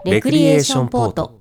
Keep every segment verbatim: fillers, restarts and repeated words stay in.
レクリエーションポート。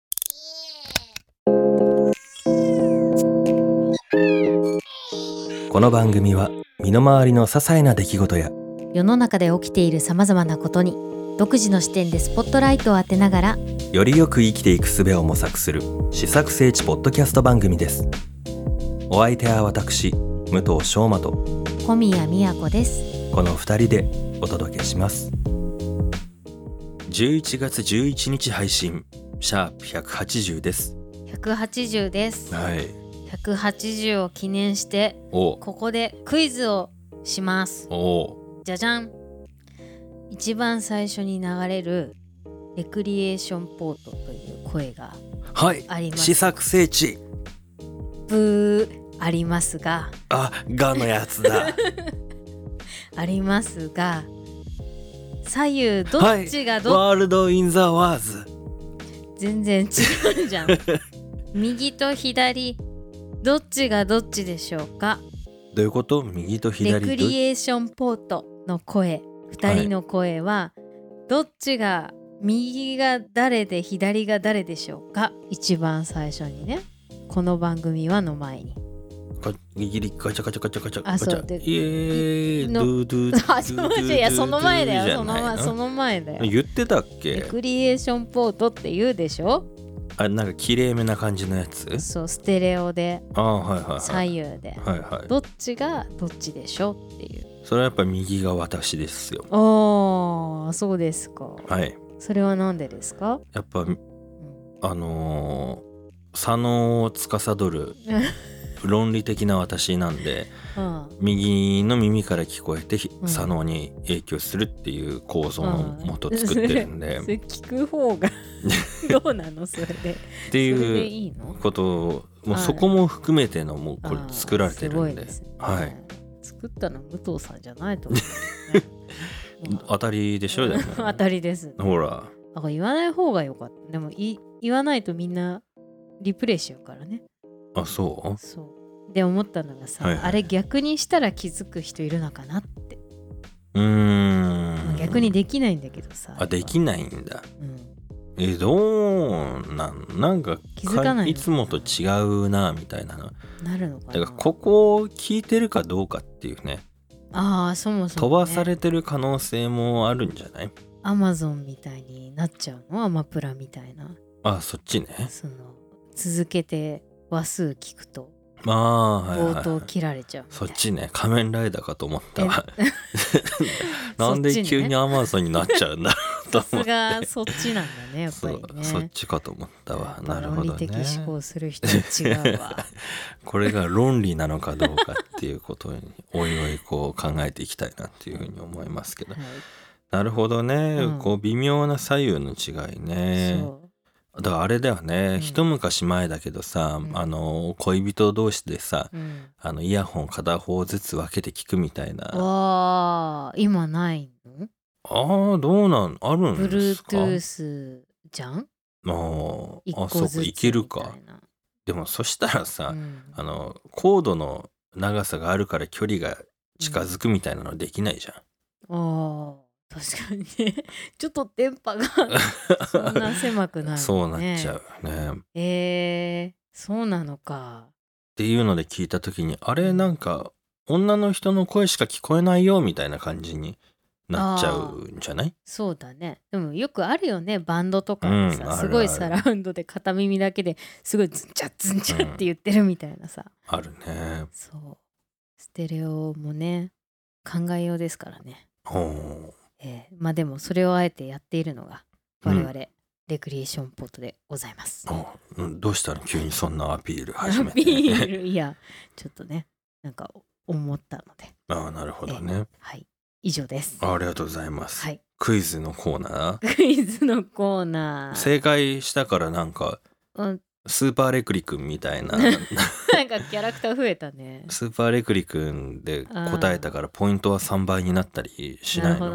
この番組は身の回りの些細な出来事や世の中で起きているさまざまなことに独自の視点でスポットライトを当てながらよりよく生きていく術を模索する試作聖地ポッドキャスト番組です。お相手は私武藤翔馬と小宮宮子です。 このふたりでお届けします。じゅういちがつじゅういちにち配信シャープひゃくはちじゅうです。 ひゃくはちじゅうです。 はい、 ひゃくはちじゅうを記念しておここでクイズをします。 おじゃじゃん。一番最初に流れるレクリエーションポートという声がはいあります。 試作聖地ブーありますがあガのやつだありますが左右どっちがどっち、 ワールドインザワーズ全然違うじゃん右と左どっちがどっちでしょうか。 どういうこと？右と左レクリエーションポートの声ふたりの声は、はい、どっちが右が誰で左が誰でしょうか。一番最初にねこの番組はの前にギリガチャガチャガチャガチャあそうでイエーイドゥドゥドゥあそういやその前だよその前その前だよ。 言ってたっけ？ レクリエーションポートって言うでしょ。 あなんか綺麗めな感じのやつ。 そうステレオであ、はいはいはい、 左右で、 はいはい、 どっちがどっちでしょっていう。 それはやっぱ右が私ですよ。 ああそうですか。 はい。 それはなんでですか？ やっぱ、うん、あのー、左脳を司る論理的な私なんで、うん、右の耳から聞こえて左脳に影響するっていう構造のもと作ってるんで、 うん、それ聞く方がどうなのそれでっていうことをもうそこも含めてのもうこれ作られてるんで、 ですね、 はい、 作ったの武藤さんじゃないと思う、 ね、当たりでしょ。でも当たりです、ね、 ほらだから言わない方がよかった。でもい言わないとみんなリプレイしようからね。 あそうそうで思ったのがさ、はいはい、あれ逆にしたら気づく人いるのかなって。 うーん逆にできないんだけどさ。 あできないんだ、うん、えどうなんなんか気づかないいつもと違うなみたいなのなるのかな。 だからここを聞いてるかどうかっていうね。 ああそもそも、ね、 飛ばされてる可能性もあるんじゃない？ アマゾンみたいになっちゃうの？アマプラみたいな。 あそっちね。その続けて話数聞くとああ、はいはいはい、 冒頭切られちゃう。 そっちね。仮面ライダーかと思ったわなんで急にアマゾンになっちゃうんだと思って。さすがそっちなんだねやっぱりね。 そ, そっちかと思ったわ。なるほどね。 論理的思考する人は違うわこれが論理なのかどうかっていうことにおいおいこう考えていきたいなっていうふうに思いますけど、はい、なるほどね、うん、こう微妙な左右の違いね。そうだからあれだよね、うん、一昔前だけどさ、うん、あの恋人同士でさ、うん、あのイヤホン片方ずつ分けて聞くみたいな。 わー今ないの？ ああどうなんあるんですか？ Bluetooth じゃん？ああそうかいけるか。でもそしたらさ、うん、あのコードの長さがあるから距離が近づくみたいなのできないじゃん、 うん、あ確かにねちょっと電波がそんな狭くないもんね。 そうなっちゃうね。 えー、そうなのかっていうので聞いた時にあれなんか女の人の声しか聞こえないよみたいな感じになっちゃうんじゃない？ そうだね。でもよくあるよねバンドとかでさ、うん、すごいサラウンドで片耳だけですごいズンチャズンチャって言ってるみたいなさ、 うん、あるね。 そうステレオもね考えようですからね。ほうえー、まあでもそれをあえてやっているのが我々、うん、レクリエーションポートでございます。 うん、どうしたの急にそんなアピール始めて。 アピールいやちょっとねなんか思ったので。 ああなるほどね、えー、 はい以上です。 ありがとうございます、 はい、 クイズのコーナークイズのコーナー正解したからなんか、うん、スーパーレクリ君みたいななんかキャラクター増えたね。 スーパーレクリ君で答えたからポイントはさんばいになったりしないの？ なるほどね。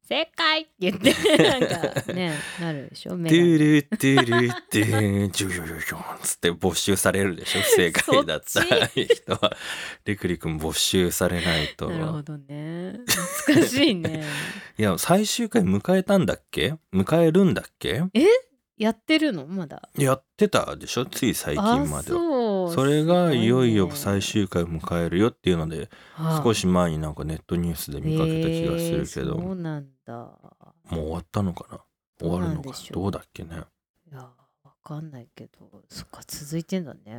正解って言ってなんかねなるでしょ。 トゥルトゥルトゥルジュジュジュジュンつって没収されるでしょ。正解だった人はレクリ君没収されないと。 なるほどね。懐かしいね。 いや最終回迎えたんだっけ？迎えるんだっけ？ えやってるのまだ？ やってたでしょつい最近までは。 そうそれがいよいよ最終回を迎えるよっていうので、はあ、少し前になんかネットニュースで見かけた気がするけど、 えー、そうなんだ。 もう終わったのかな？終わるのかな？どうだっけね。 いやわかんないけど、そっか続いてんだね。 うん、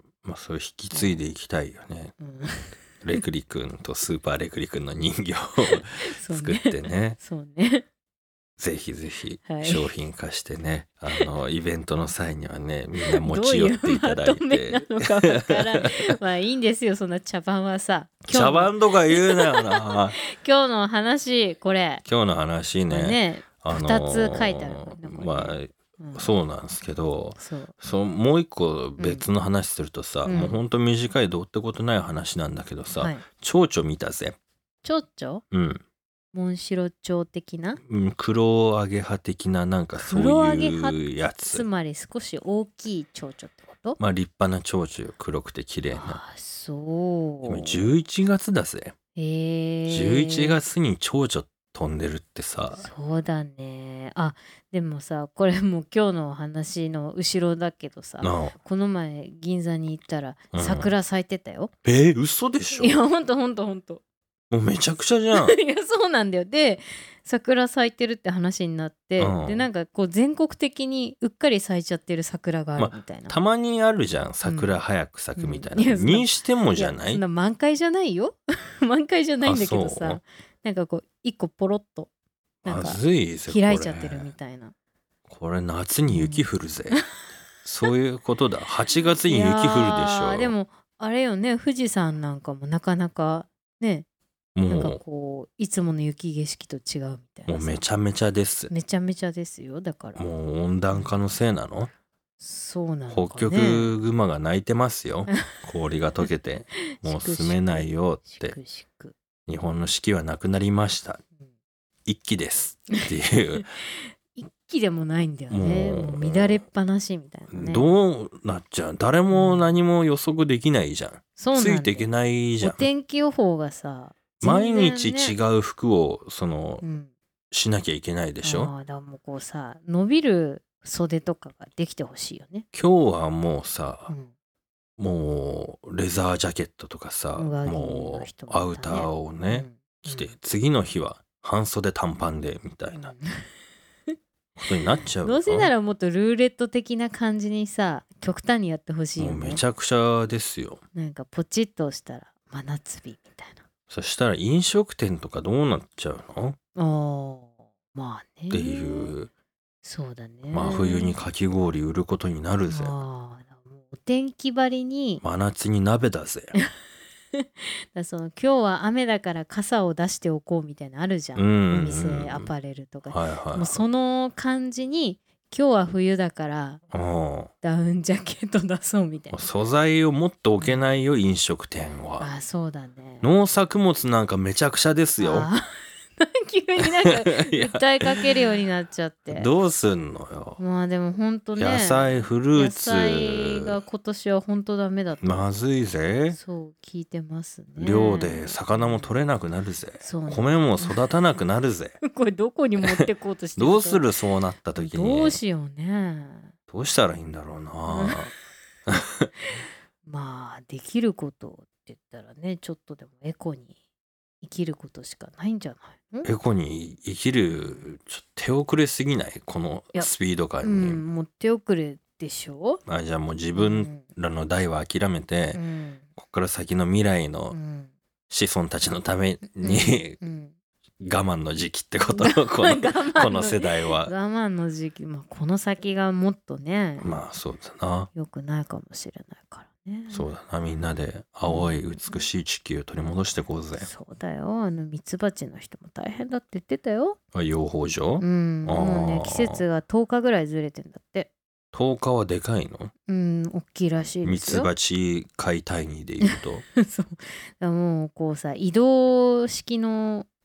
まあそれ引き継いでいきたいよね。うん、レクリ君とスーパーレクリ君の人形を作ってね。 そうね。ぜひぜひ商品化してね、はい、あのイベントの際にはねみんな持ち寄っていただいて。どういうまとめなのかわからんまあいいんですよそんな茶番はさ。 茶番とか言うなよな。 今日の話これ。 今日の話ね。 ねあのー、ふたつ書いてある、 ね。まあ、うん、そうなんですけど、そうそうもう一個別の話するとさ、うん、もうほんと短いどうってことない話なんだけどさ、はい、蝶々見たぜ。 蝶々？うん。モンシロチョウ的な、 うん、黒アゲハ的ななんかそういうやつ。 つまり少し大きい蝶々ってこと？ まあ立派な蝶々よ。黒くて綺麗な。 あそう今じゅういちがつだぜ。 へえ。 じゅういちがつに蝶々飛んでるってさ。 そうだね。あでもさこれもう今日の話の後ろだけどさ、この前銀座に行ったら桜咲いてたよ。 うん、えー、嘘でしょ。 いやほんとほんとほんと。 もうめちゃくちゃじゃん。 いやそうなんだよ。で桜咲いてるって話になって、うん、でなんかこう全国的にうっかり咲いちゃってる桜があるみたいな、まあ、たまにあるじゃん桜早く咲くみたいな、うんうん、にしてもじゃない？ いやそんな満開じゃないよ満開じゃないんだけどさなんかこう一個ポロッとなんか開いちゃってるみたいな。 これ夏に雪降るぜ、うん、そういうことだ。はちがつに雪降るでしょ。 でもあれよね富士山なんかもなかなかねもうなんかこういつもの雪景色と違うみたいな。 もうめちゃめちゃです。 めちゃめちゃですよ。だからもう温暖化のせいなの？ そうなのかね。 北極熊が鳴いてますよ。氷が溶けてもう住めないよって日本の四季はなくなりました、うん、一季ですっていう一季でもないんだよね。もう乱れっぱなしみたいなね。 どうなっちゃう？誰も何も予測できないじゃん、うん、ついていけないじゃん。 お天気予報がさ毎日違う服をその、うん、しなきゃいけないでしょ。 あだからもうこうさ伸びる袖とかができてほしいよね。 今日はもうさ、うん、もうレザージャケットとかさ、ね、もうアウターをね、うん、着て、次の日は半袖短パンでみたいな、うん、ことになっちゃう。 どうせならもっとルーレット的な感じにさ極端にやってほしいよね。 もうめちゃくちゃですよ。 なんかポチッと押したら真夏日みたいな。 そしたら飲食店とかどうなっちゃうの？ あまあねっていう。そうだね。 真冬にかき氷売ることになるぜ。 あお天気張りに真夏に鍋だぜ。 だその今日は雨だから傘を出しておこうみたいなのあるじゃん、うんうん、お店アパレルとか、はいはいはい、もうその感じに今日は冬だからダウンジャケット出そうみたいな。 素材をもっと置けないよ飲食店は。 あそうだね。 農作物なんかめちゃくちゃですよ。 急になんか訴えかけるようになっちゃってどうすんのよ。 まあでもほんとね野菜フルーツ野菜が今年はほんとダメだった。 まずいぜ。 そう聞いてますね。 漁で魚も取れなくなるぜ。米も育たなくなるぜ。 これどこに持ってこうとしてるどうする？そうなった時にどうしようね。 どうしたらいいんだろうなまあできることって言ったらねちょっとでもエコに生きることしかないんじゃない？ エコに生きるちょっと手遅れすぎない？このスピード感に、 うん、もう手遅れでしょ。 あじゃあもう自分らの代は諦めて、うん、ここから先の未来の子孫たちのために、うんうんうん、我慢の時期ってことのこのこの世代は我慢の時期、まあ、この先がもっとねまあそうだな良くないかもしれないからね。 そうだなみんなで青い美しい地球を取り戻していこうぜ。 そうだよ。あのミツバチの人も大変だって言ってたよ。 あ養蜂場？ うんもうね季節がとおかぐらいずれてんだって。 とおかはでかいの？ うん大きいらしいですよ。 ミツバチ解体にでいうとそうだもうこうさ移動式の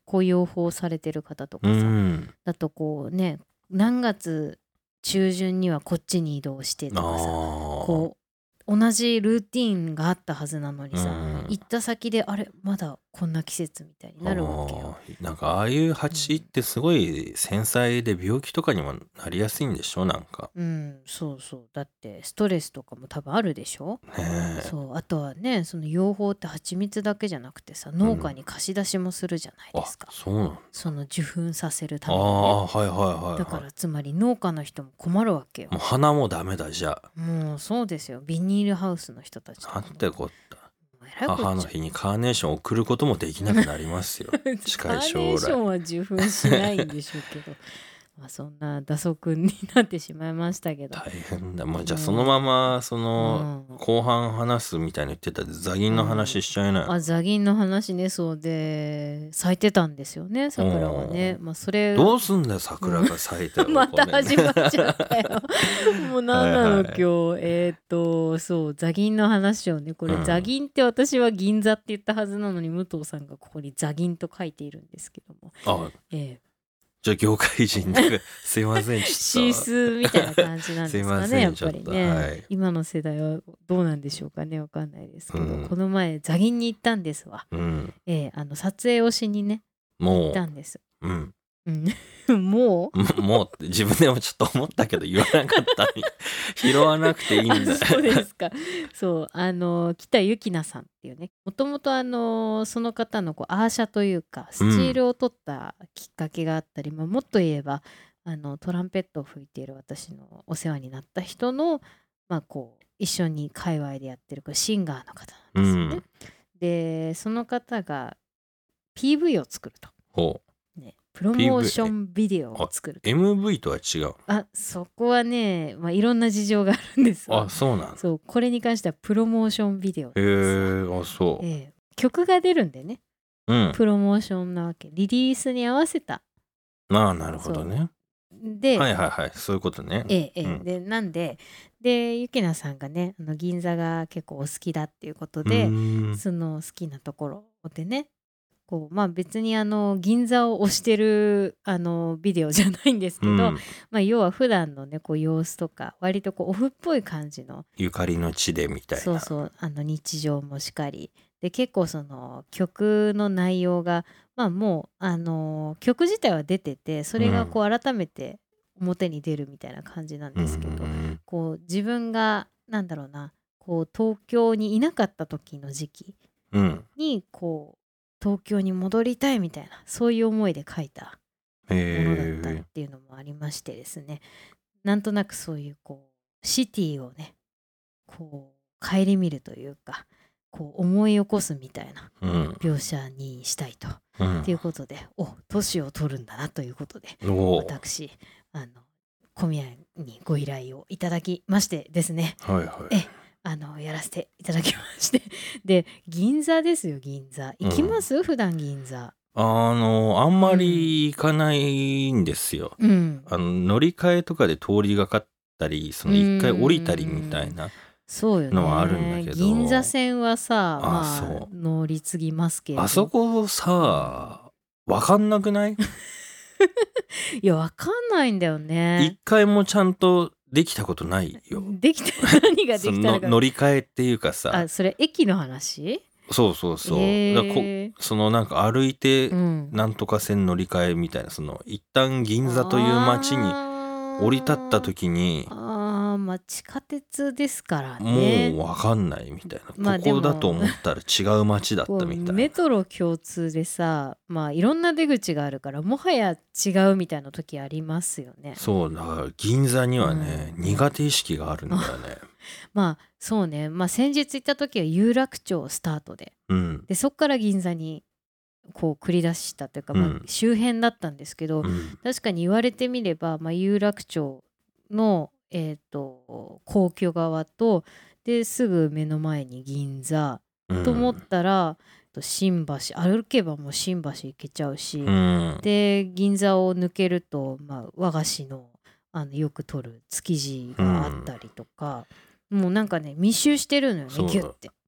こう養蜂されてる方とかさ、 うんだとこうね何月中旬にはこっちに移動してとかさ、 あこう同じルーティーンがあったはずなのにさ、 うん行った先であれまだこんな季節みたいになるわけよ。 あーなんかああいう蜂ってすごい繊細で病気とかにもなりやすいんでしょなんかうんそうそうだってストレスとかも多分あるでしょ。 ねえそうあとはねその養蜂って蜂蜜だけじゃなくてさ農家に貸し出しもするじゃないですか、 あそうなんだその受粉させるたあめにね。 あはいはいはい、はい、 だからつまり農家の人も困るわけよ。 もう花もダメだじゃもうそうですよビニールハウスの人たちとあかもなんてこったもうえらいこっちゃ母の日にカーネーション送ることもできなくなりますよ近い将カーネーション来は受粉しないんでしょうけどまあそんな打足になってしまいましたけど、 大変だもうじゃあそのままそのうん後半話すみたいに言ってたザギンの話しちゃいなよ、 あザギンの話ねそうで咲いてたんですよね桜がね。まあそれどうすんだよ桜が咲いてるまたこれ始まっちゃったよもう何なの、 はいはい今日えっ、とそうザギンの話をねこれ、 うんザギンって私は銀座って言ったはずなのに武藤さんがここにザギンと書いているんですけども、 あえーじゃあ業界人ですいませんちょっとシースーみたいな感じなんですかすいませんねやっぱりちょっとね、 はい今の世代はどうなんでしょうかねわかんないですけど、 うんこの前ザギンに行ったんですわ、 うんえーあの撮影をしにね行もったんです、 ううんうん、もうもうって自分でもちょっと思ったけど言わなかったに拾わなくていいんだあそうですかそうあの北ゆきなさんっていうねもともとあのその方のこうアーシャというかスチールを取ったきっかけがあったり、まあ、もっと言えばあのトランペットを吹いている私のお世話になった人の、まあ、こう一緒に界隈でやってるこれシンガーの方なんですよね、 うんでその方が ピーブイ を作ると、 ほね、プロモーションビデオを作るうとエムブイ とは違うあそこはね、まあ、いろんな事情があるんですわあそうなんだそうこれに関してはプロモーションビデオなんへですわえあそう、 ええ曲が出るんでねうんプロモーションなわけリリースに合わせたああなるほどねで、 はいはいはいそういうことねええええうんでなんででゆきなさんがねあの銀座が結構お好きだっていうことうでーんその好きなところでねこうまあ別にあの銀座を推してるあのビデオじゃないんですけど、 うんまあ要は普段のねこう様子とか割とこうオフっぽい感じのゆかりの地でみたいなそうそうあの日常もしかりで結構その曲の内容がまあもうあの曲自体は出ててそれがこう改めて表に出るみたいな感じなんですけど、 うんこう自分がなんだろうなこう東京にいなかった時の時期うんにこう東京に戻りたいみたいなそういう思いで書いたものだったへっていうのもありましてですねなんとなくそういうこうシティをねこう顧みるというかこう思い起こすみたいなえうん描写にしたいと、 うんということでお年を取るんだなということでおー私あの小宮にご依頼をいただきましてですねはいはいえあのやらせていただきましてで銀座ですよ銀座行きます、うん、普段銀座あのあんまり行かないんですよ、 うん、 あの乗り換えとかで通りがかったりその一回降りたりみたいなのはあるんだけど、 銀座線はさあ、 まあそう乗り継ぎますけどあそこさわかんなくないいやわかんないんだよね一回もちゃんとできたことないよできた何ができたのか乗り換えっていうかさあそれ駅の話そうそうそう、 えー、 だこそのなんか歩いてうんなんとか線乗り換えみたいなその一旦銀座という街に降り立った時にあーまあ地下鉄ですからねもう分かんないみたいな、 まあここだと思ったら違う街だったみたいなメトロ共通でさまあいろんな出口があるからもはや違うみたいな時ありますよねそうだから銀座にはね、 うん、 苦手意識があるんだよねまあそうねまあ先日行った時は有楽町スタートで、 うん、 でそっから銀座にこう繰り出したというか、 うんまあ、周辺だったんですけど、 うん、 確かに言われてみれば、まあ、有楽町の、えー、と皇居側とですぐ目の前に銀座、うん、と思ったら新橋歩けばもう新橋行けちゃうし、 うん、 で銀座を抜けると、まあ、和菓子の、あのよく取る築地があったりとか、うん、もうなんかね密集してるのよねギュッて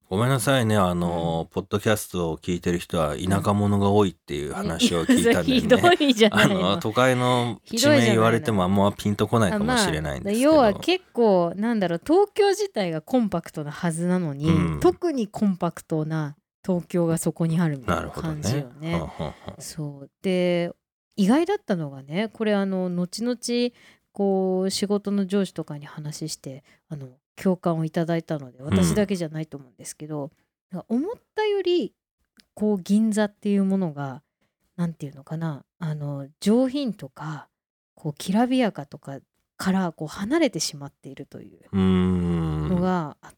ごめんなさいね、あの、ポッドキャストを聞いてる人は田舎者が多いっていう話を聞いたんでひどね。 いじゃなあいの。 の、都会の地名言われてもあんまピンとこないかもしれないんですけど。 要は結構なんだろう、東京自体がコンパクトなはずなのに、うん、特にコンパクトな東京がそこにあるみたいな感じよね。 はははそうで、意外だったのがね、これあの後々こう仕事の上司とかに話してあの共感をいただいたので、私だけじゃないと思うんですけど、うん、思ったよりこう銀座っていうものがなんていうのかな、あの上品とかこうきらびやかとかからこう離れてしまっているというのがあって、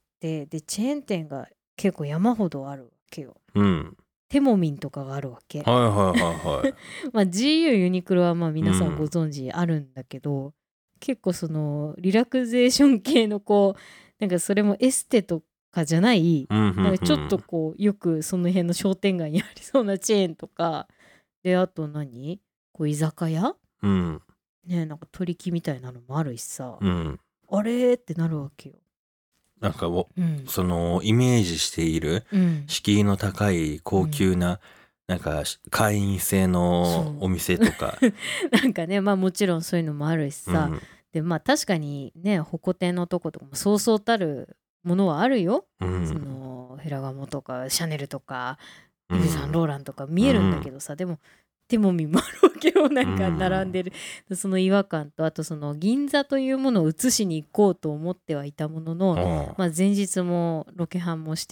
でチェーン店が結構山ほどあるわけよ。 うん、 テモミンとかがあるわけ。 はいはいはいはい。 まあ ジーユー ユニクロはまあ皆さんご存知あるんだけど、うん、結構そのリラクゼーション系のこうなんかそれもエステとかじゃない、 うんうんうん、 なんかちょっとこうよくその辺の商店街にありそうなチェーンとかで、あと何こう居酒屋、 うん、 ね、なんか取り木みたいなのもあるしさ、 うん、 あれってなるわけよ。 なんかを、 うん、 そのイメージしている敷居の高い高級な、うん、なんか会員制のお店とかなんかね、まあもちろんそういうのもあるしさ、うん、でまあ確かにね、ホコ天のとことかもそうそうたるものはあるよ、うん、そのフェラガモとかシャネルとかイヴ・サンローランとか見えるんだけどさ、うん、でもテモミンもあるわけよ、なんか並んでる、うん、その違和感と、あとその銀座というものを移しに行こうと思ってはいたものの、うん、まあ、前日もロケハンもして、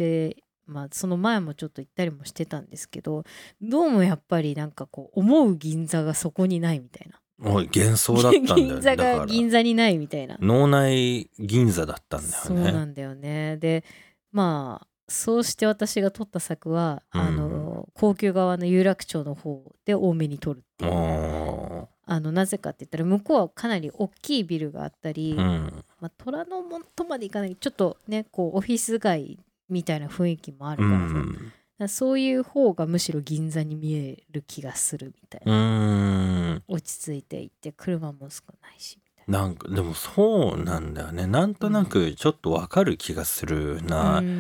まあ、その前もちょっと行ったりもしてたんですけど、どうもやっぱりなんかこう思う銀座がそこにないみたいな。 おい幻想だったんだよね。 銀座が銀座にないみたいな。 脳内銀座だったんだよね。 そうなんだよね。でまあそうして私が撮った作は、うん、あの高級側の有楽町の方で多めに撮るっていう。あのなぜかって言ったら向こうはかなり大きいビルがあったり、うん、まあ、虎ノ門とまでいかないちょっとねこうオフィス街みたいな雰囲気もあるからさ、うん、からそういう方がむしろ銀座に見える気がするみたいな。 うーん落ち着いていて車も少ないしみたいなんかでもそうなんだよね。なんとなくちょっとわかる気がするな。 うん、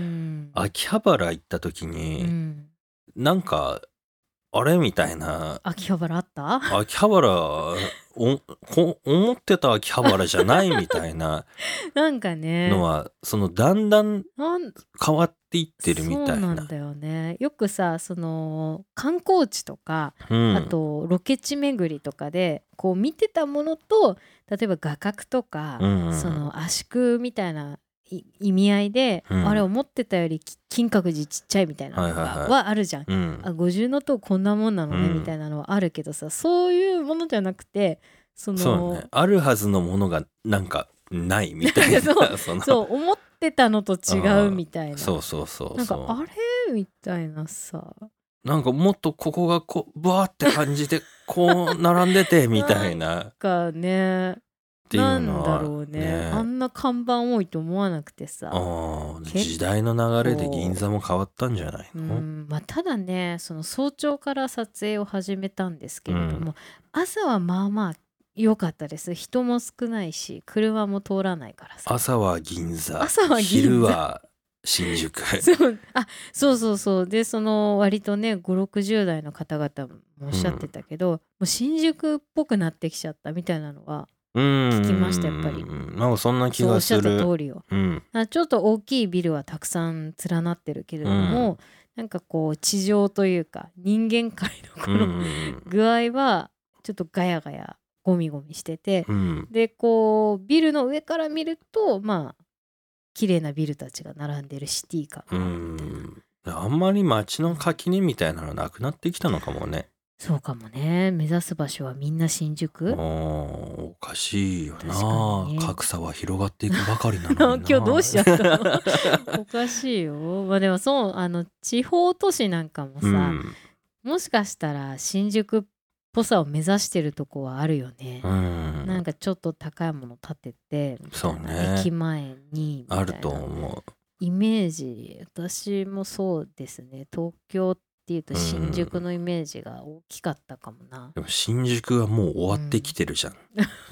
秋葉原行った時うに、 ん、 なんかあれみたいな。 秋葉原あった秋葉原おこ思ってた秋葉原じゃないみたいななんかねのはそのだんだんなん変わっていってるみたいな。 そうなんだよね。よくさその観光地とか、 うんあとロケ地巡りとかでこう見てたものと、例えば画角とか、 うんうんその圧縮みたいない意味合いで、 うんあれ思ってたよりき金閣寺ちっちゃいみたいなのが、 はいはいはいはあるじゃん。 うんあ五重塔こんなもんなのね、 うんみたいなのはあるけどさ、そういうものじゃなくてそのそうねあるはずのものがなんかないみたいなそうそのそう思ってたのと違うみたいな。 そうそうそうそうなんかあれみたいなさ。 なんかもっとここがこうバーって感じでこう並んでてみたいななんかねっていうのはなんだろうねあんな看板多いと思わなくてさ。 あー結構時代の流れで銀座も変わったんじゃないの？ うんまあ、ただねその早朝から撮影を始めたんですけれども、 うん朝はまあまあ良かったです。人も少ないし車も通らないからさ。 朝は銀座朝は銀座昼は新宿そうあそうそうそうでその割とねごじゅうろくじゅう代の方々もおっしゃってたけど、もう新宿っぽくなってきちゃったみたいなのは聞聞きましたやっぱり。 なんかそんな気そうおっしゃったがする。 通りよ。 うんあちょっと大きいビルはたくさん連なってるけれども、 うんなんかこう地上というか人間界のこうんうのん具合はちょっとガヤガヤゴミゴミしてて、 うんでこうビルの上から見るとまあ綺麗なビルたちが並んでるシティ感うがあるみたいな。 んあんまり街の垣根みたいなのなくなってきたのかもね。 そうかもね。目指す場所はみんな新宿。 あーおかしいよ確なかにね格差は広がっていくばかりなのにな今日どうしちゃったのおかしいよ。まあでもそうあの地方都市なんかもさ、 うんもしかしたら新宿っぽさを目指してるとこはあるよね。 うんなんかちょっと高いもの建ててみたいな、 そうね駅前にみたいなあると思イメージ。私もそうですね。東京っていうと新宿のイメージが大きかったかもなう。でも新宿はもう終わってきてるじゃん、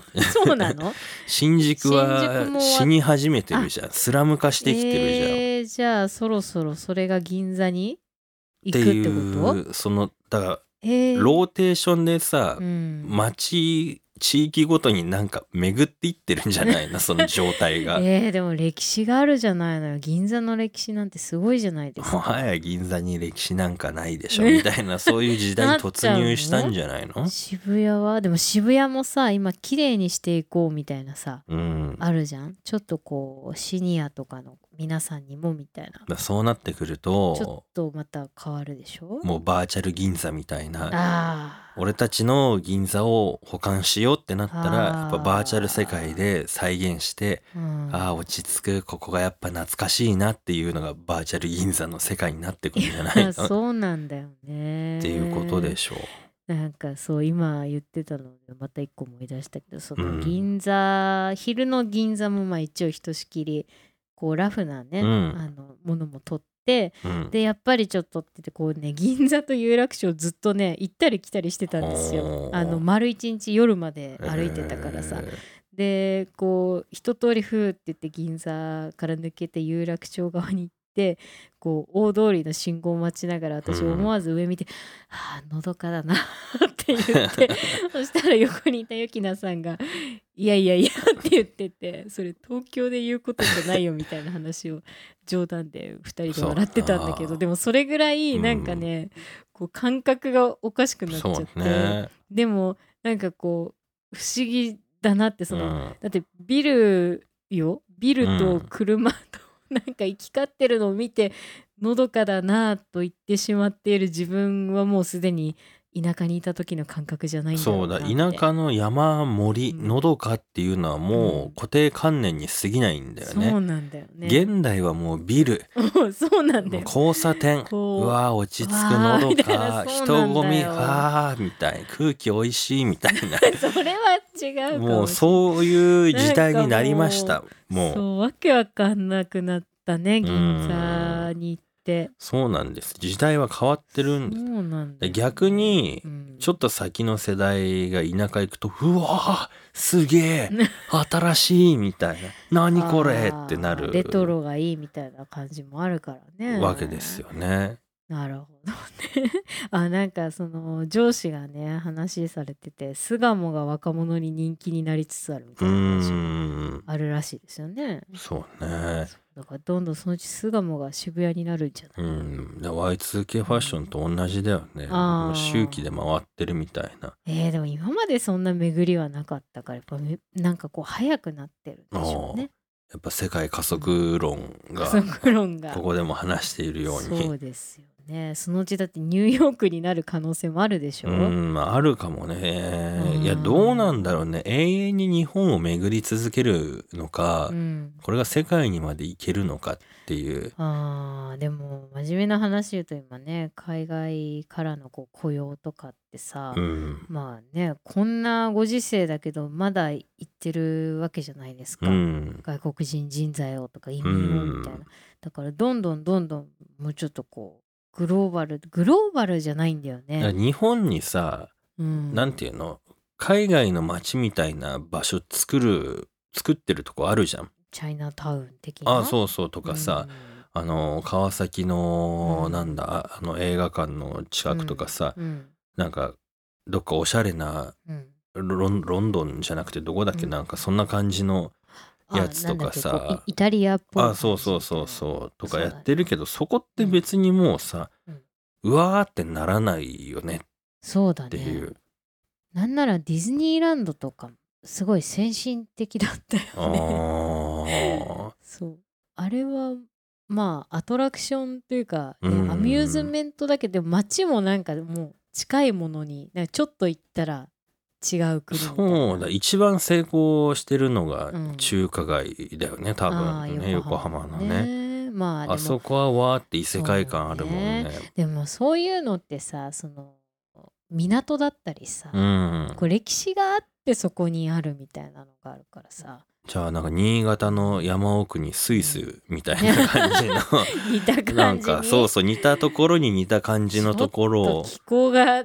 そうなの？ 新宿新宿はも死に始めてるじゃん。スラム化してきてるじゃん。 えー、じゃあそろそろそれが銀座にって行くってこと？ いうそのだからえー、 ローテーションでさ、 うん街地域ごとになんか巡っていってるんじゃないのその状態が。 えー、でも歴史があるじゃないのよ。銀座の歴史なんてすごいじゃないですか。 もはや銀座に歴史なんかないでしょみたいなそういう時代に突入したんじゃないの？ 渋谷はでも渋谷もさ今綺麗にしていこうみたいなさ、 うん、 あるじゃん。ちょっとこうシニアとかの皆さんにもみたいな。 そうなってくるちょっととまた変わるでしょ。 もうバーチャル銀座みたいな、 あ俺たちの銀座を保管しようってなったらあーやっぱバーチャル世界で再現してー、うん、 ああ落ち着くここがやっぱ懐かしいなっていうのがバーチャル銀座の世界になってくるんじゃないのっそうなんだよねていうことでしょう。 なんかそう今言ってたのでまた一個思い出したけど、そのうん銀座、昼の銀座もまあ一応ひとしきりこうラフなね、 うんあのものも撮ってうん、 でやっぱりちょっとっててこうね銀座と有楽町ずっとね行ったり来たりしてたんですよ。 おーあの丸一日夜まで歩いてたからさ、 えでこう一通りふーって言って銀座から抜けて有楽町側に行ってこう大通りの信号待ちながら私うん思わず上見て「はあのどかだな」って言ってそしたら横にいたゆきなさんが「いやいやいや」って言ってて、それ東京で言うことじゃないよみたいな話を冗談でふたりで笑ってたんだけど、 そうでもそれぐらいなんかね、こう感覚がおかしくなっちゃっそうて、 ね、 でもなんかこう不思議だなってその、 うんだってビルよビルと車となんか行き交ってるのを見てのどかだなと言ってしまっている自分はもうすでに田舎にいた時の感覚じゃないんだろそううだなって。 田舎の山森うんのどかっていうのはもう固定観念に過ぎないんだよね、 そうなんだよね。 現代はもうビルもうそうなんだよ。 交差点こううわー落ち着くわーのどみたいなかそうなんだよ人混みわーみたい空気おいしいみたいなそれは違うかもしれない。 もうそういう時代になりましたもうそうわけわかんなくなったね銀座に行って。 そうなんです時代は変わってるんそですうなんだよね、 逆にうんちょっと先の世代が田舎行くとうわーすげえ新しいみたいな何これってなるあーレトロがいいみたいな感じもあるからねわけですよね。 なるほどねあなんかその上司がね話されてて巣鴨が若者に人気になりつつあるみうたいな話もーんあるらしいですよね。 そうね。 だからどんどんそのうち巣鴨が渋谷になるんじゃうない、 ん、で ワイツーケー ファッションと同じだよね。 あーもう周期で回ってるみたいな。 えー、でも今までそんな巡りはなかったからやっぱめなんかこう早くなってるんでしょうね。 やっぱ世界加速論が加速論がここでも話しているように。 そうですよね。そのうちだってニューヨークになる可能性もあるでしょ。 うん、まああるかもね。 うんいや、どうなんだろうね。永遠に日本を巡り続けるのか、 うん、 これが世界にまで行けるのかっていう。 あーでも真面目な話言うと今ね海外からのこう雇用とかってさ、 うん。 まあねこんなご時世だけどまだ行ってるわけじゃないですか、 うん。 外国人人材をとか移民をみたいな、 うんだからどんどんどんどんもうちょっとこうグローバルグローバルじゃないんだよね。 日本にさ、 うん、 なんていうの海外の街みたいな場所作る、作ってるとこあるじゃん。 チャイナタウン的な。 あ、そうそうとかさ、あの、川崎の、 うんなんだ、あの映画館の近くとかさ、 うんうんなんか、どっかおしゃれな、 うんロン、ロンドンじゃなくてどこだっけ、 うんなんかそんな感じのやつとかさあなんだっけこうイイタリアっぽい感あ、 じそうそうそうそうとかやそうだねってるけど、そこって別にもうさ、 うんうわーってならないよねそうだねっていう。 なんならディズニーランドとかすごい先進的だったよねあそうあれはまあアトラクションというか、ねうんアミューズメントだけど街もなんかもう近いものになんかちょっと行ったら違う国みたいな。 そうだ、一番成功してるのがうん中華街だよね、多あー分ね、横浜のね。 まあでもあそこはわーって異世界観あるもんね。 でもそういうのってさその港だったりさ、 うん。 こう歴史があってそこにあるみたいなのがあるからさじゃあなんか新潟の山奥にスイスみたいな感じの似た感じになんかそうそう似たところに似た感じのところをちょっと気候が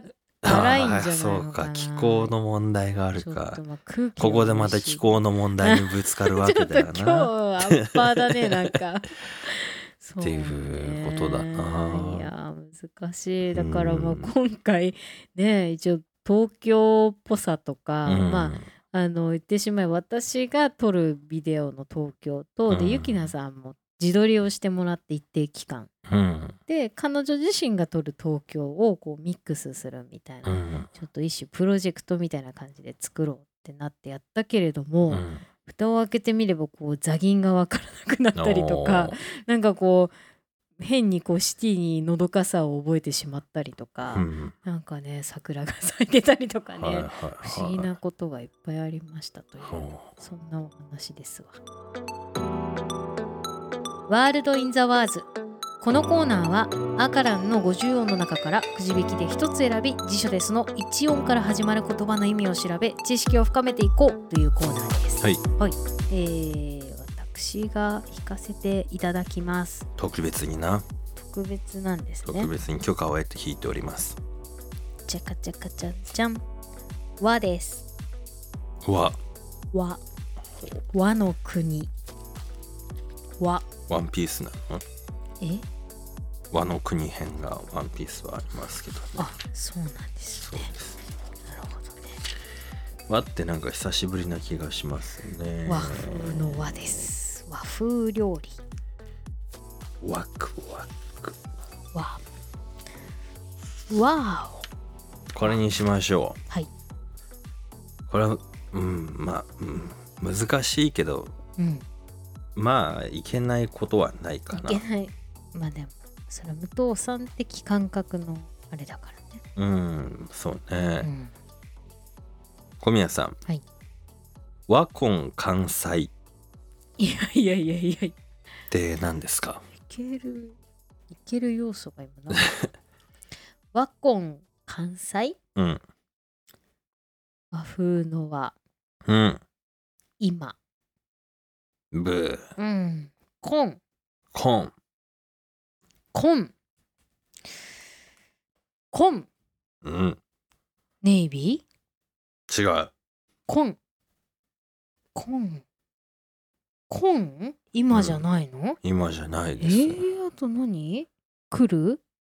荒いんじゃないああそのかな。 うか、気候の問題があるちょっかと。まあ空気ここでまた気候の問題にぶつかるわけだよな。 ちょっと今日アッパーだねなんかそっていうことだな。 いや難しい。だからまあ今回ね一応東京っぽさとか、 うん、 まああの言ってしまえば私が撮るビデオの東京と、うん、でゆきなさんも自撮りをしてもらって一定期間、うん、で彼女自身が撮る東京をこうミックスするみたいな、うん、ちょっと一種プロジェクトみたいな感じで作ろうってなってやったけれども、うん、蓋を開けてみればこう座銀が分からなくなったりとか、なんかこう変にこうシティにのどかさを覚えてしまったりとか、うん、なんかね桜が咲いてたりとかね、はいはいはい、不思議なことがいっぱいありましたという、そんなお話ですわ。ワールド・イン・ザ・ワーズ。このコーナーはアカランのごじゅう音の中からくじ引きでひとつ選び、辞書でそのいち音から始まる言葉の意味を調べ知識を深めていこうというコーナーです。はい、はい、えー、私が引かせていただきます。 特別にな。 特別なんですね。 特別に許可を得て引いております。 チャカチャカチャじゃん。和です。 和。 和。和の国。和。 ワンピースなの？ え？ 和の国編がワンピースはありますけどね。 あ、そうなんですね。 そうです。 なるほどね。 和ってなんか久しぶりな気がしますね。 和風の和です。和風料理。 ワクワク。 わ。わお。これにしましょう。はい。 これはうんまあ、うん、難しいけど。うん。まあいけないことはないかな。 いけない。まあでもそれは無党さん的感覚のあれだからね。 うんそうね。うん、小宮さん。 はい。 和魂関西。 いやいやいやいや。 って何ですか？ いけるいける要素が今な和魂関西。うん。和風の和。うん。今。 ブー。 うん。コン。 コン。 コン。コン。うん。ネイビー？違う。 コン。コン。コン？今じゃないの？うん、 今じゃないです。 えー、あと何？来る？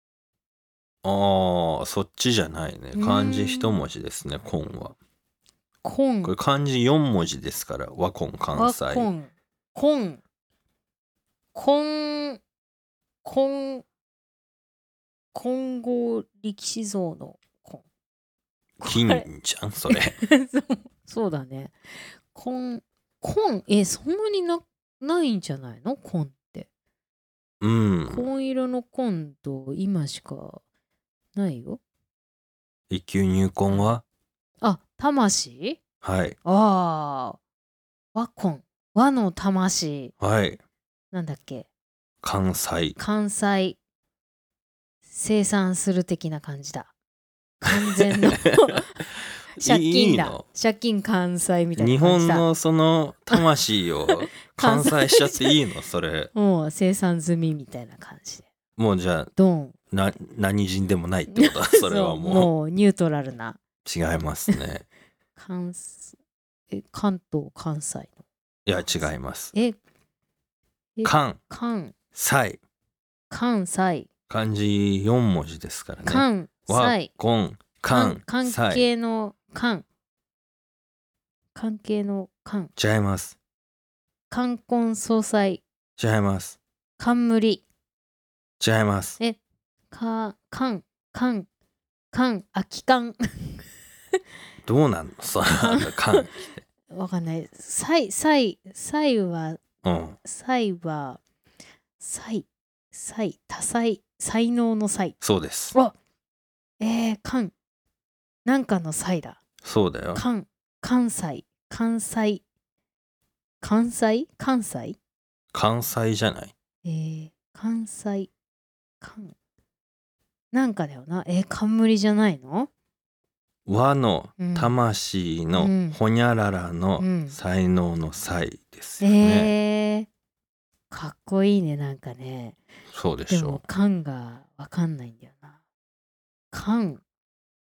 ああ、そっちじゃないね。漢字一文字ですね、コンは。 コン。 これ漢字四文字ですから、和魂関西。 和魂。コン。コン。コン。金剛力士像のコン。 金じゃん、それ。 そう、そうだね。コン。コン、え、そんなにな、ないんじゃないの？コンって。うん。紺色のコンと今しかないよ。 一級入魂は？ あ、魂？ はい。 ああ。和魂。和の魂。 はい。 なんだっけ？ 関西。 関西。生産する的な感じだ。完全の借金だ。いいの？借金関西みたいな感じだ。 日本のその魂を関西しちゃっていいの？それ。 もう生産済みみたいな感じで。 もうじゃあドン。 な何人でもないってことだ。それはもう。 もうニュートラルな。 違いますね。 関え関東関西の。 いや違います。 え。 関。 関。 西。 関西。 漢字四文字ですからね。 関西。 和魂関関係の関。関係の関。 違います。 冠婚葬祭。 違います。 冠。 違います。 え、か、関、関、関、空き缶。 どうなんの？その関。 わかんない。才、才、才は、 うん。 才は、才、才、多才、才能の才。 そうです。 わ、えー、関、なんかの才だ。 そうだよ。 関、関西、関西、関西、関西。 関西じゃない。 えー、関西、関、なんかだよな。えー、冠じゃないの？ 和の魂の、うん、ほにゃららの才能の才ですよね。 えー、かっこいいね、なんかね。 そうでしょう。 でも、関がわかんないんだよな。関、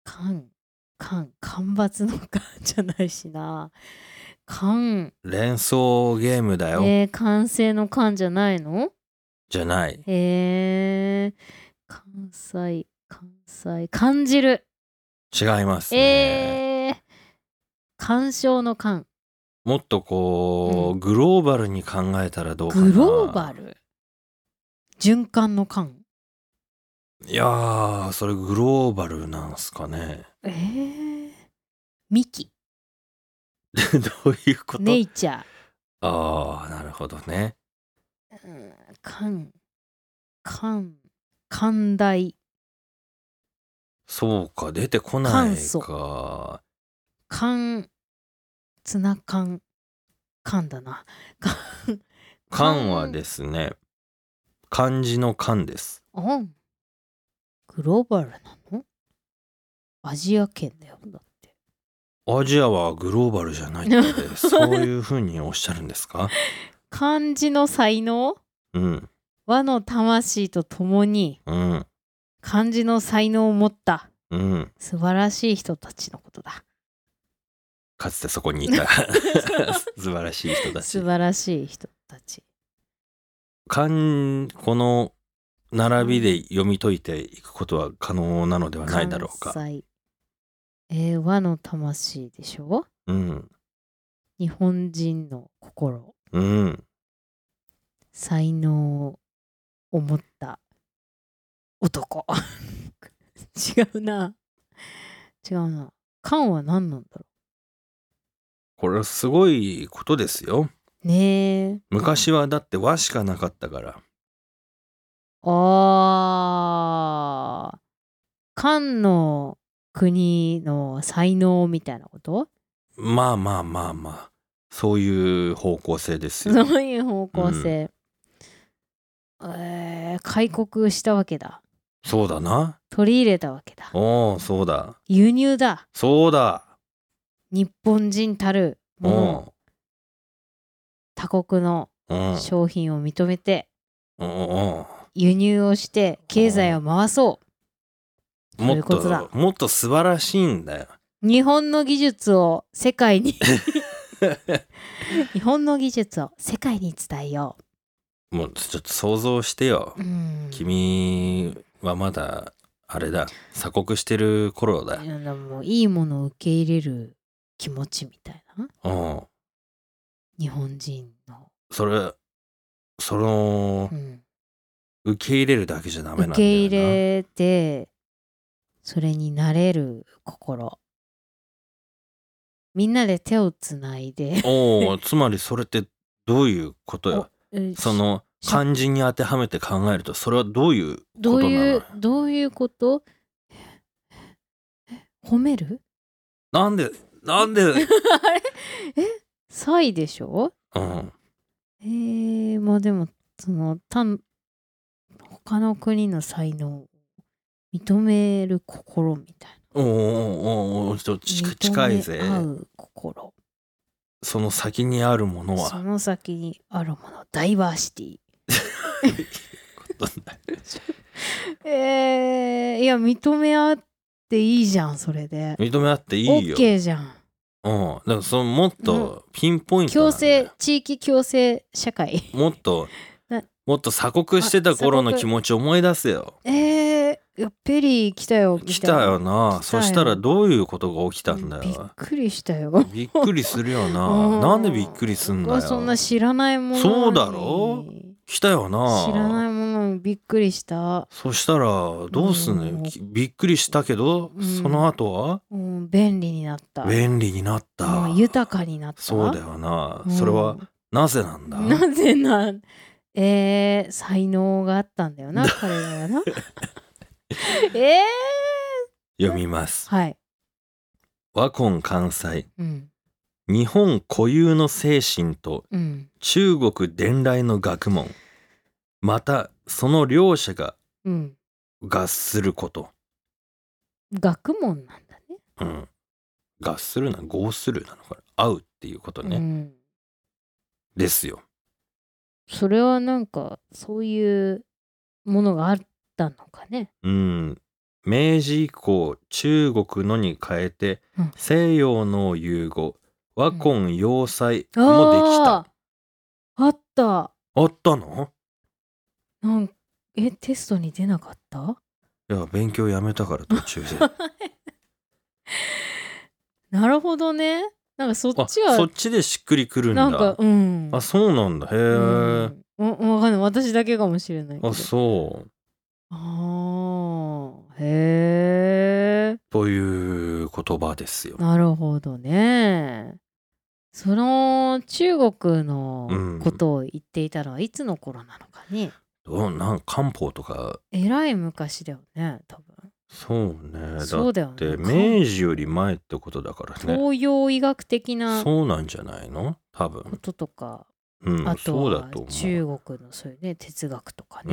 間間干ばつの間じゃないしな。間連想ゲームだよ。 えー、完成の間じゃないの？ じゃない。 えー、関西関西感じる。 違いますね。 えー、鑑賞の間。 もっとこう、 うんグローバルに考えたらどうかな。 グローバル。循環の間。 いやー、それグローバルなんすかね。 えー、幹。 どういうこと？ ネイチャー。 ああ、なるほどね。 うん、間間寛大。 そうか、出てこないか。 間ツナ缶缶だな。 缶はですね、漢字の缶です。 あ、グローバルなの？アジア圏だよ。だって。 アジアはグローバルじゃないってそういうふうにおっしゃるんですか？ 漢字の才能？ うん。 和の魂とともにうん。 漢字の才能を持ったうん。 素晴らしい人たちのことだ。 かつてそこにいた素晴らしい人たち。 素晴らしい人たち。 漢この並びで読み解いていくことは可能なのではないだろうか。 関西。えー、和の魂でしょ？ うん。 日本人の心。 うん。 才能を持った男。違うな。違うな。漢は何なんだろこれはすごいことですよ。 う。ねえ。 昔はだって和しかなかったから。 あー。漢の国の才能みたいなこと？ まあまあまあまあ。そういう方向性ですよ。 そういう方向性。うん、えー、開国したわけだ。 そうだな。 取り入れたわけだ。 おお、そうだ。 輸入だ。 そうだ。 日本人たるもの、他国の商品を認めて、輸入をして経済を回そう。 もっともっと素晴らしいんだよ。 日本の技術を世界に日本の技術を世界に伝えよう。もうちょっと想像してよ。 うん、 君はまだあれだ、鎖国してる頃だ。 いやもういいものを受け入れる気持ちみたいな。 うん。 日本人のそれその、うん、受け入れるだけじゃダメなんだよな。 受け入れてそれになれる心。みんなで手をつないでおお、つまりそれってどういうことよ。その漢字に当てはめて考えるとそれはどういうことなの？どういうどういうこと？褒める？ なんでなんであれえサイでしょ？うん。えー、まあでもその単他の国の才能を認める心みたいな。 おーおーおーちょっと近いぜ。 認め合う心。 その先にあるものはその先にあるもの、ダイバーシティ。えー、いや認め合っていいじゃんそれで。 認め合っていいよ。 OK じゃん。 うん、だからそのもっとピンポイント共生地域共生社会もっともっと鎖国してた頃の気持ち思い出せよ。 えー、いやペリー来たよみたいな。 来たよな。そしたらどういうことが起きたんだよ。 びっくりしたよ。 びっくりするよな。なんでびっくりすんだよ。 そんな知らないものに。 そうだろ？来たよな。 知らないものにびっくりした。 そしたらどうすんのよ。びっくりしたけど、うん、その後は、 うん、便利になった。 便利になった。 もう豊かになった。 そうだよな。それはなぜなんだ？ なぜなん？えー、才能があったんだよな彼らはな。えー、 読みます。 はい。 和魂関西、 うん、 日本固有の精神と中国伝来の学問、またその両者が合すること。 うん、学問なんだね。 うん。合するな、合するなのかな。合うっていうことね。うん、ですよ。 それはなんかそういうものがあったのかね。 うん。 明治以降中国のに変えて、 うん、 西洋の融合和根洋裁うん、 もできた、 ああったあったの？ なんえテストに出なかった？ いや勉強やめたから途中でなるほどね。なんかそっちはそっちでしっくりくるんだ。 なんかうんあそうなんだ。へえ、うん、 わかんない私だけかもしれないけど。 あそう。 ああへえ。 という言葉ですよ。 なるほどね。その中国のことを言っていたのはいつの頃なのかね。 うん、なん漢方とかえらい昔だよね多分。 そうね。 そうだよね。 だって明治より前ってことだからね。 東洋医学的なそうなんじゃないの多分。 こととか、 うん、 あとはそうだと思う。 中国のそういうね哲学とかね。 うん。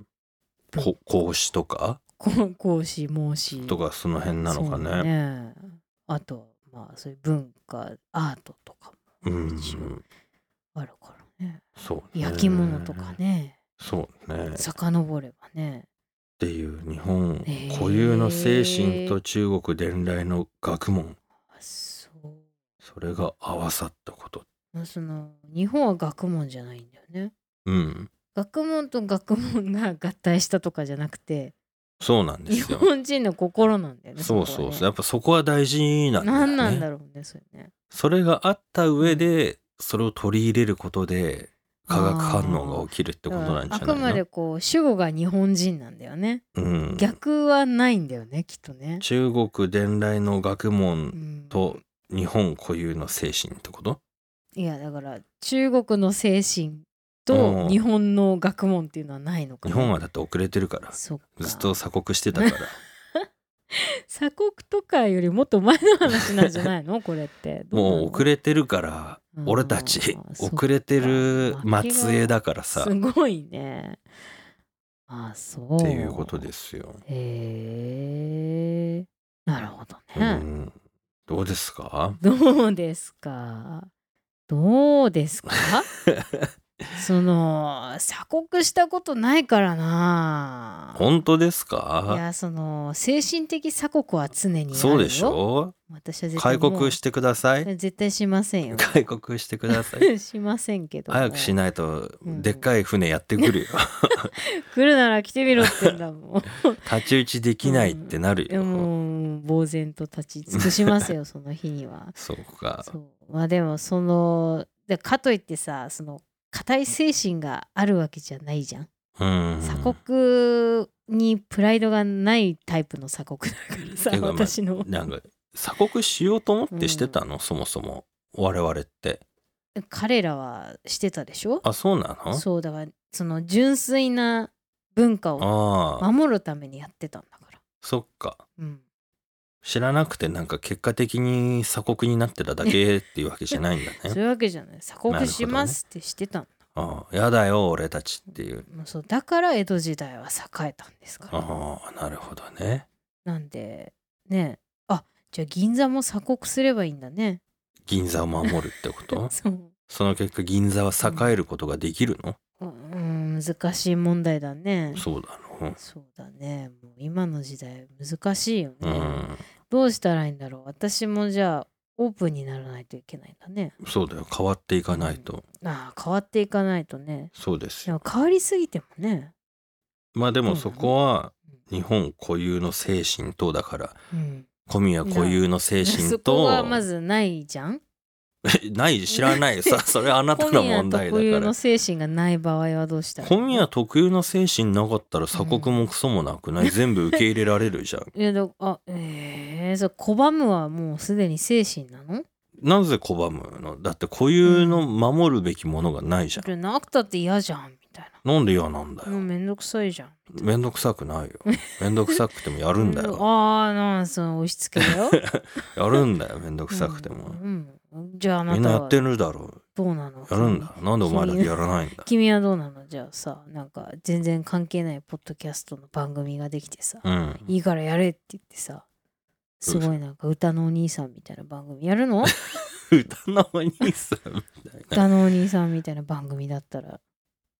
こ孔子とか孔子孟子とかその辺なのかね。 ねあとまあそういう文化アートとかも一応あるからね。 そうね。 焼き物とかね。 そうね。 遡ればね。 っていう日本固有の精神と中国伝来の学問、 そうそれが合わさったこと。 その日本は学問じゃないんだよね。 うん。 学問と学問が合体したとかじゃなくて、 そうなんですよ。 日本人の心なんだよね。 そうそうそう。やっぱそこは大事なんだよね。 何なんだろうねそれね。 それがあった上で、うん、それを取り入れることで化学反応が起きるってことなんじゃないの？ あくまでこう主語が日本人なんだよね、 うん、 逆はないんだよねきっとね。 中国伝来の学問と日本固有の精神ってこと？ いやだから中国の精神と日本の学問っていうのはないのか、ね、 日本はだって遅れてるから。 そっかずっと鎖国してたから鎖国とかよりもっと前の話なんじゃないのこれってもう遅れてるから俺たち遅れてる末裔だからさ。 すごいね。あそうっていうことですよ。 へえなるほどね、うん、 どうですか？ どうですかどうですかその鎖国したことないからな。 本当ですか？ いやその精神的鎖国は常にあるよ。 そうでしょ。 私は絶対開国してください。 絶対しませんよ。 開国してください。 しませんけど早くしないとでっかい船やってくるよ、 うん、来るなら来てみろってんだもん太刀打ちできないってなるよ、うん、 もう呆然と立ち尽くしますよその日には。 そうか。 そうまあでもそのでかといってさその固い精神があるわけじゃないじゃん。うん鎖国にプライドがないタイプの鎖国だからさ、まあ、私のなんか鎖国しようと思ってしてたの、うん、そもそも我々って彼らはしてたでしょ。 あそうなの。そうだからその純粋な文化を守るためにやってたんだから。 そっか、うん、知らなくてなんか結果的に鎖国になってただけっていうわけじゃないんだねそういうわけじゃない。鎖国しますってしてたんだ。 ああやだよ俺たちっていう、 うん、そうだから江戸時代は栄えたんですから。 ああなるほどね。 なんでねあじゃあ銀座も鎖国すればいいんだね。 銀座を守るってことそう。 その結果銀座は栄えることができるの？ うん、うん、難しい問題だね。 そうだの。 そうだね。もう今の時代難しいよね、うん、どうしたらいいんだろう。私もじゃあオープンにならないといけないんだね。 そうだよ変わっていかないと、 うん、ああ変わっていかないとね。 そうですよ。 変わりすぎてもね。 まあでもそこは日本固有の精神とだから、うん、小宮固有の精神とそこはまずないじゃん。 ない知らないさそれはあなたの問題だから。 小宮特有の精神がない場合はどうしたらいいの？ 小宮特有の精神なかったら鎖国もクソもなくない、うん、全部受け入れられるじゃん。 いやだあえー、そ拒むはもうすでに精神なの？ なぜ拒むの？だって固有の守るべきものがないじゃん、 うん、なくたって嫌じゃんみたいな。 なんで嫌なんだよ。 もうめんどくさいじゃん。 めんどくさくないよ。めんどくさくてもやるんだよ。 ああなんその押し付けだよ。 やるんだよめんどくさくても、 うんうん、じゃああなたはみんなやってるだろう。 どうなの？ やるんだ。なんでお前だけやらないんだ。 君はどうなの？じゃあさなんか全然関係ないポッドキャストの番組ができてさ、うん、いいからやれって言ってさすごいなんか歌のお兄さんみたいな番組やるの？ 歌のお兄さんみたいな歌のお兄さんみたいな番組だったら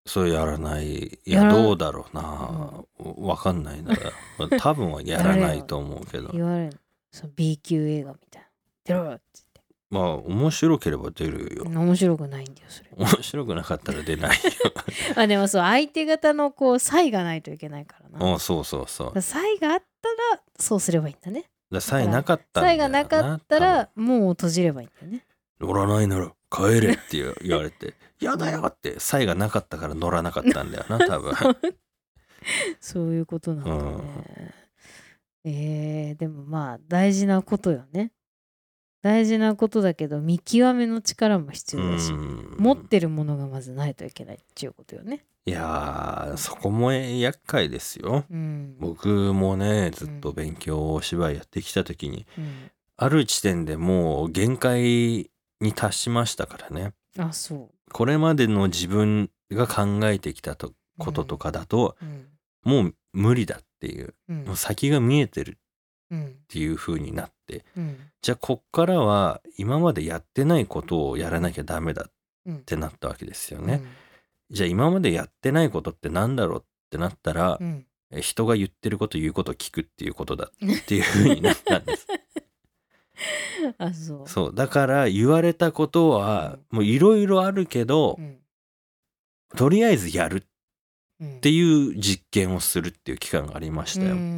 それやらない。いや、 やらどうだろうな。わかんないな。多分はやらないと思うけど。 言われる。その B 級映画みたいな。出ろよって言って。 まあ、面白ければ出るよ。 面白くないんだよ、それ。 面白くなかったら出ないよ。 まあでもそう、相手方のこう、差異がないといけないからな。 あ、そうそうそう。 差異があったら、そうすればいいんだね。 だ差異なかったんだよな。 差異がなかったら、もう閉じればいいんだよね。 乗らないなら帰れって言われて、やだよって、差異がなかったから乗らなかったんだよな、多分。 そういうことなんだね。うん、えー、でもまあ、大事なことよね。大事なことだけど、見極めの力も必要だし、持ってるものがまずないといけないっていうことよね。 いやー、そこも厄介ですよ。うん、僕もね、ずっと勉強、お芝居やってきた時に、うん、ある地点でもう限界に達しましたからね。 あ、そう。 これまでの自分が考えてきたとこととかだと、うん、もう無理だっていう、うん、もう先が見えてるっていう風になって、うん、じゃあこっからは今までやってないことをやらなきゃダメだってなったわけですよね。うん、じゃあ今までやってないことってなんだろうってなったら、うん、人が言ってること言うこと聞くっていうことだっていう風になったんです。 あ、そう。 そう。だから言われたことはもういろいろあるけど、うん、とりあえずやるっていう実験をするっていう期間がありましたよ。うん、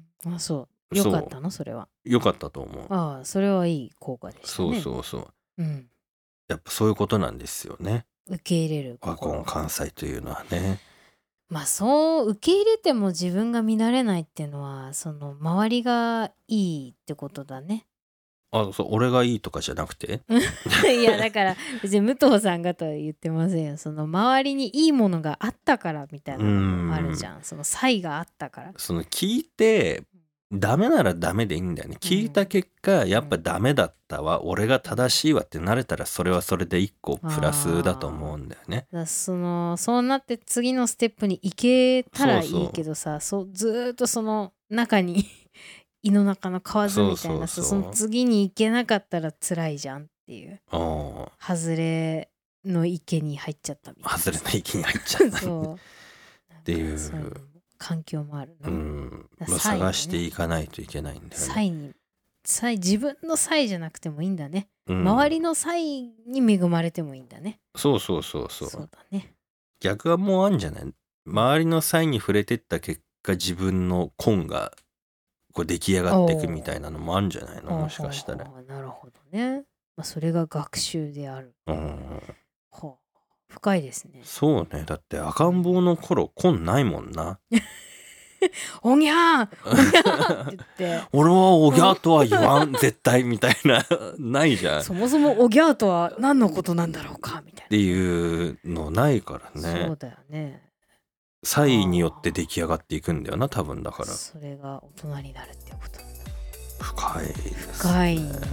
あ、そう。よかったのそれは。 よかったと思う。 ああ、それはいい効果でしたね。 そうそうそう。うん。やっぱそういうことなんですよね。 受け入れる。 ワコン関西というのはね。 まあそう受け入れても自分が見慣れないっていうのはその周りがいいってことだね。 あ、そう、俺がいいとかじゃなくていやだから別に武藤さんがとは言ってませんよ。その周りにいいものがあったからみたいなのもあるじゃん。その差異があったから。 その聞いてダメならダメでいいんだよね。聞いた結果、うん、やっぱダメだったわ、俺が正しいわってなれたらそれはそれで一個プラスだと思うんだよね。 だそのそうなって次のステップに行けたらいいけどさ、そうずーっとその中に胃の中の蛙みたいな、その次に行けなかったら辛いじゃんっていう。外れの池に入っちゃったみたいな。 外れの池に入っちゃったそうっていう環境もあるね。うん、 ね、探していかないといけないんだよね。 差異に差異自分の差異じゃなくてもいいんだね、うん、周りの差異に恵まれてもいいんだね。 そうそうそうそう。 そうだね。 逆はもうあるんじゃない？周りの差異に触れてった結果自分の根がこう出来上がっていくみたいなのもあるんじゃないの？もしかしたら。 なるほどね。まあ、それが学習である。うん、はあ、深いですね。 そうね。だって赤ん坊の頃根ないもんな。 おぎゃーおぎゃーって言って俺はおぎゃーとは言わん絶対みたいなないじゃん。 そもそもおぎゃーとは何のことなんだろうかみたいなっていうのないからね。 そうだよね。 差異によって出来上がっていくんだよな多分。だからそれが大人になるってことなんだ。 深いですね。 深いね。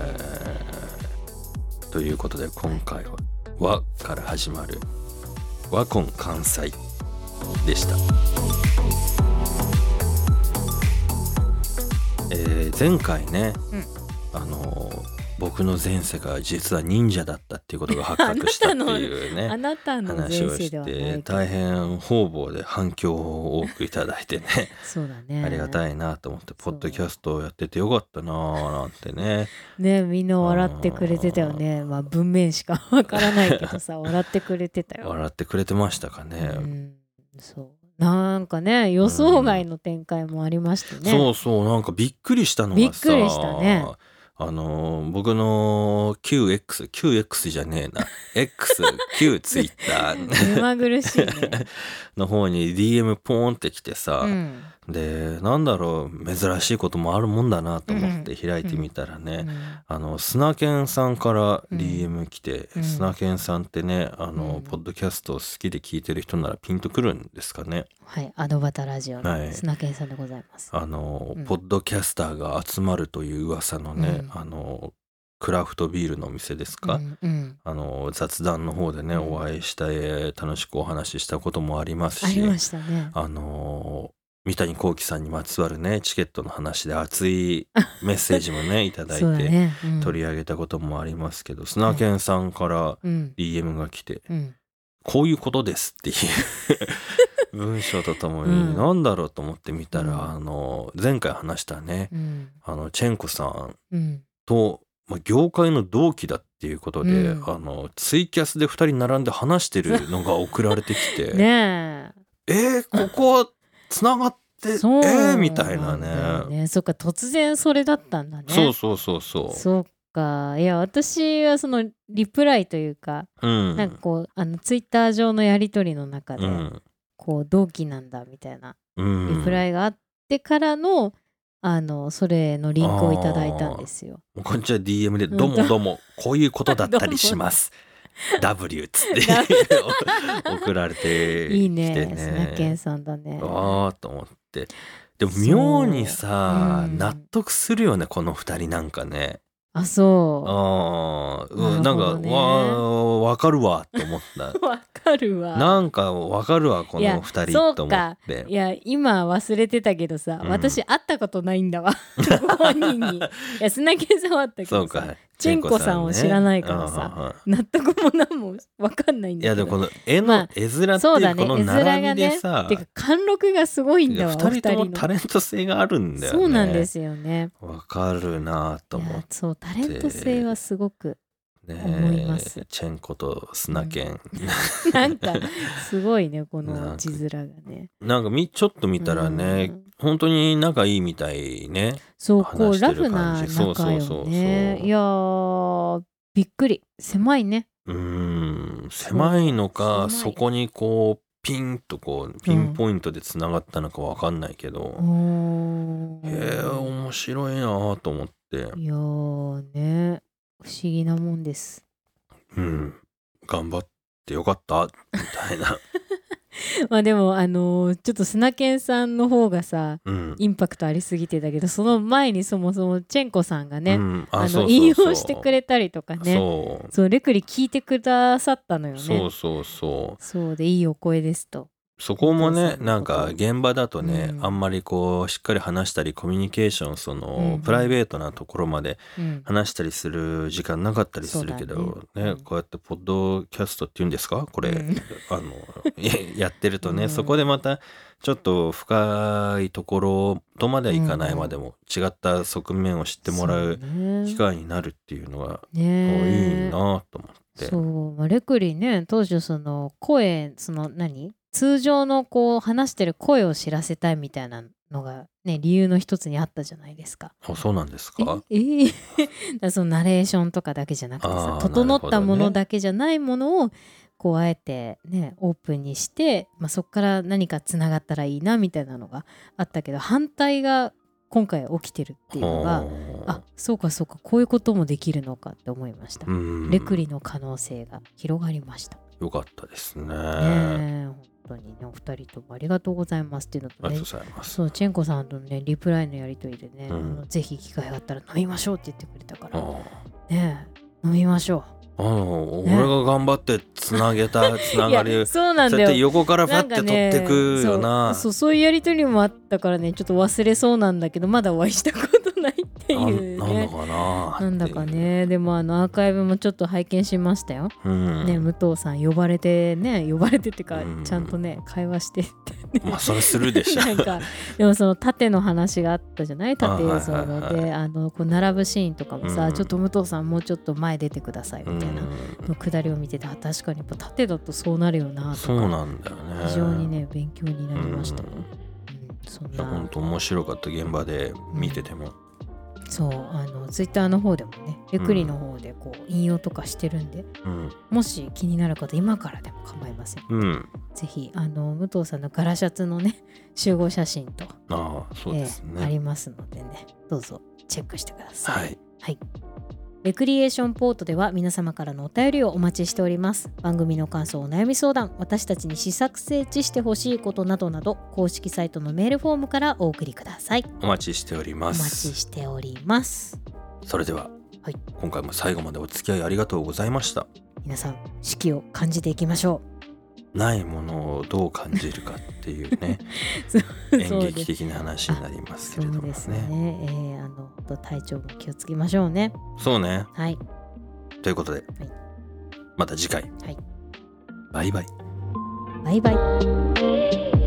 ということで今回は和から始まる和コン関西でした。えー、前回ね、うん、あのー僕の前世が実は忍者だったっていうことが発覚したっていうねあなたの話をして大変方々で反響を多くいただいてねそうだね、 ありがたいなと思ってポッドキャストをやっててよかったなーなんてねねみんな笑ってくれてたよね。まあ文面しかわからないけどさ笑ってくれてたよ。 笑ってくれてましたかね。うん、 そうなんかね予想外の展開もありましたね、 うん、そうそうなんかびっくりしたのがさびっくりしたね。 あのー、僕の キューエックス、キューエックス じゃねえな。X、Q、ツイッター。 目まぐるしいね。 の方に ディーエム ポーンってきてさ、うん、で、なんだろう、珍しいこともあるもんだなと思って開いてみたらね、うんうん、あの、砂犬さんから ディーエム 来て、うん、砂犬さんってね、あの、うん、ポッドキャストを好きで聞いてる人ならピンとくるんですかね。 はい、アドバタラジオの砂犬さんでございます。 はい、あの、うん、ポッドキャスターが集まるという噂のね、うん、あの、クラフトビールのお店ですか、うんうん、あの雑談の方でね、うん、お会いして楽しくお話ししたこともありますし、 ありましたね。 あの三谷幸喜さんにまつわるねチケットの話で熱いメッセージもねいただいて、ねうん、取り上げたこともありますけど、砂犬さんから ディーエム が来て、うん、 こういうことですっていう文章とともに、 うんなんだろうと思ってみたら、 うんあの前回話したね、 うんあのチェンコさんうんと、まあ、業界の同期だっていうことで、 うんあのツイキャスでふたり並んで話してるのが送られてきてねえー、ここつながってええそうなー、みたいなんだよね。 ね。そっか突然それだったんだね。 そうそうそうそう。 そっか。いや私はそのリプライというか、 うん、 なんかこうあのツイッター上のやり取りの中で、 うんこう同期なんだみたいなうん、 リプライがあってからの、あのそれのリンクをいただいたんですよ。 こんにちは ディーエム で「 うんどうもどうもこういうことだったりします」W っつって送られてきてね。 いいね、スナケンさんだね。 あーと思って。でも妙にさ、 そううん納得するよねこのふたりなんかね。 あ、そあー、うん、なんかなるほどねわわかるわって思ったう。わかるわ。 なんかわかるわこいやのふたりそうと思っていや今忘れてたけどさ、 うん私会ったことないんだわご本人に。いやスナケンさんはあったけどさ、 そうかチェンコさんを知らないからさうんうんうん納得もなんもわかんないんいだけど。 やでもこの絵まあの絵面っていうそうだね、 この絵面が並びでねさ、 てか貫禄がすごいんだわ。 ふたりともお二人のタレント性があるんだよね。 そうなんですよね。 わかるなとい思っやそうタレント性はすごくてね。 思いますチェンコとスナケン、 なんかすごいねこなんかの字面がね。 なんかみちょっと見たらね、 うん本当に仲いいみたいね。 そうこう話してるラフな感じそう仲よそうそうそうね。いやーびっくり狭いね。 うーん狭いのか狭いそこにこうピンとこうピンポイントでつながったのかわかんないけど、 うーんへえ面白いなと思っていやーね不思議なもんです。 うん頑張ってよかったみたいなまあでもあのーちょっとスナケンさんの方がさうんインパクトありすぎてたけど、その前にそもそもチェンコさんがね、 うんあのそうそうそう引用してくれたりとかね、 そうそうレクリ聞いてくださったのよね。 そうそうそうそうでいいお声ですと。 そこもお父さんのことねなんか現場だとね、 うんあんまりこうしっかり話したりコミュニケーションその、 うんうんプライベートなところまでうん話したりする時間なかったりするけそどうだねうんこうやってポッドキャストっていうんですかこれ、 うんあのややってるとね、 うんそこでまたちょっと深いところとまではいかないまでも違った側面を知ってもらう機会になるっていうのが、 ねねいいなと思って。 そう、まあ、レクリね当初その声その何通常のこう話してる声を知らせたいみたいなのがね理由の一つにあったじゃないですか。 あそうなんですか。 ええだからそのナレーションとかだけじゃなくてさあー整ったもなるほどねのだけじゃないものをこうあえてねオープンにして、まあ、そこから何かつながったらいいなみたいなのがあったけど反対が今回起きてるっていうのがあそうかそうかこういうこともできるのかって思いました。 うんレクリの可能性が広がりました。 よかったですね。 ねえ本当にねお二人ともありがとうございますっていうのとありねがとうございます。 そうチェンコさんとねリプライのやり取りでね、 うんあのぜひ機会があったら飲みましょうって言ってくれたからあねえ飲みましょあの俺が頑張ってつなげたつなう。いがりやそうなんそうやってだよ。 横からファって取ってくよな。 そうそうそういうやり取りもあったからねちょっと忘れそうなんだけどまだお会いしたことないっていうなんなんだね。 かな。 なんだか。ねでもあのアーカイブもちょっと拝見しましたよ。 うん。 ね武藤さん呼ばれてね呼ばれてっていうか、 うんちゃんとね会話してってねまあそれするでしょ。 なんかでもその縦の話があったじゃない縦映像あはいはいはいのであのこう並ぶシーンとかもさ、 うんちょっと武藤さんもうちょっと前出てくださいみたいなのくだりを見ててあ確かにやっぱ縦だとそうなるよなとかそうなんだよね。 非常にね勉強になりましたよ、うんそんいや本な当面白かった現場で見てても。 そうあのツイッターの方でもねレクリの方でこう引用とかしてるんで、 うん。 もし気になる方今からでも構いません。 うん。 ぜひあの武藤さんのガラシャツのね集合写真と、 ああそうですね。 えーありますのでねどうぞチェックしてください。 はい。 はい。レクリエーションポートでは皆様からのお便りをお待ちしております。番組の感想、お悩み相談、私たちに試作整地してほしいことなどなど公式サイトのメールフォームからお送りください。 お待ちしておりおます。 待ちしております。 それでは、 はい今回も最後までお付き合いありがとうございました。 皆さん四季を感じていきましょないものをどう感じるかっていうねう。 演そうです劇的な話になりますけれどもそうですね。 ね。 えー、あの本当体調も気をつけましょうね。 そうね。 はい。 ということで、 はいまた次回、 はいバイバイ。 バイバイ。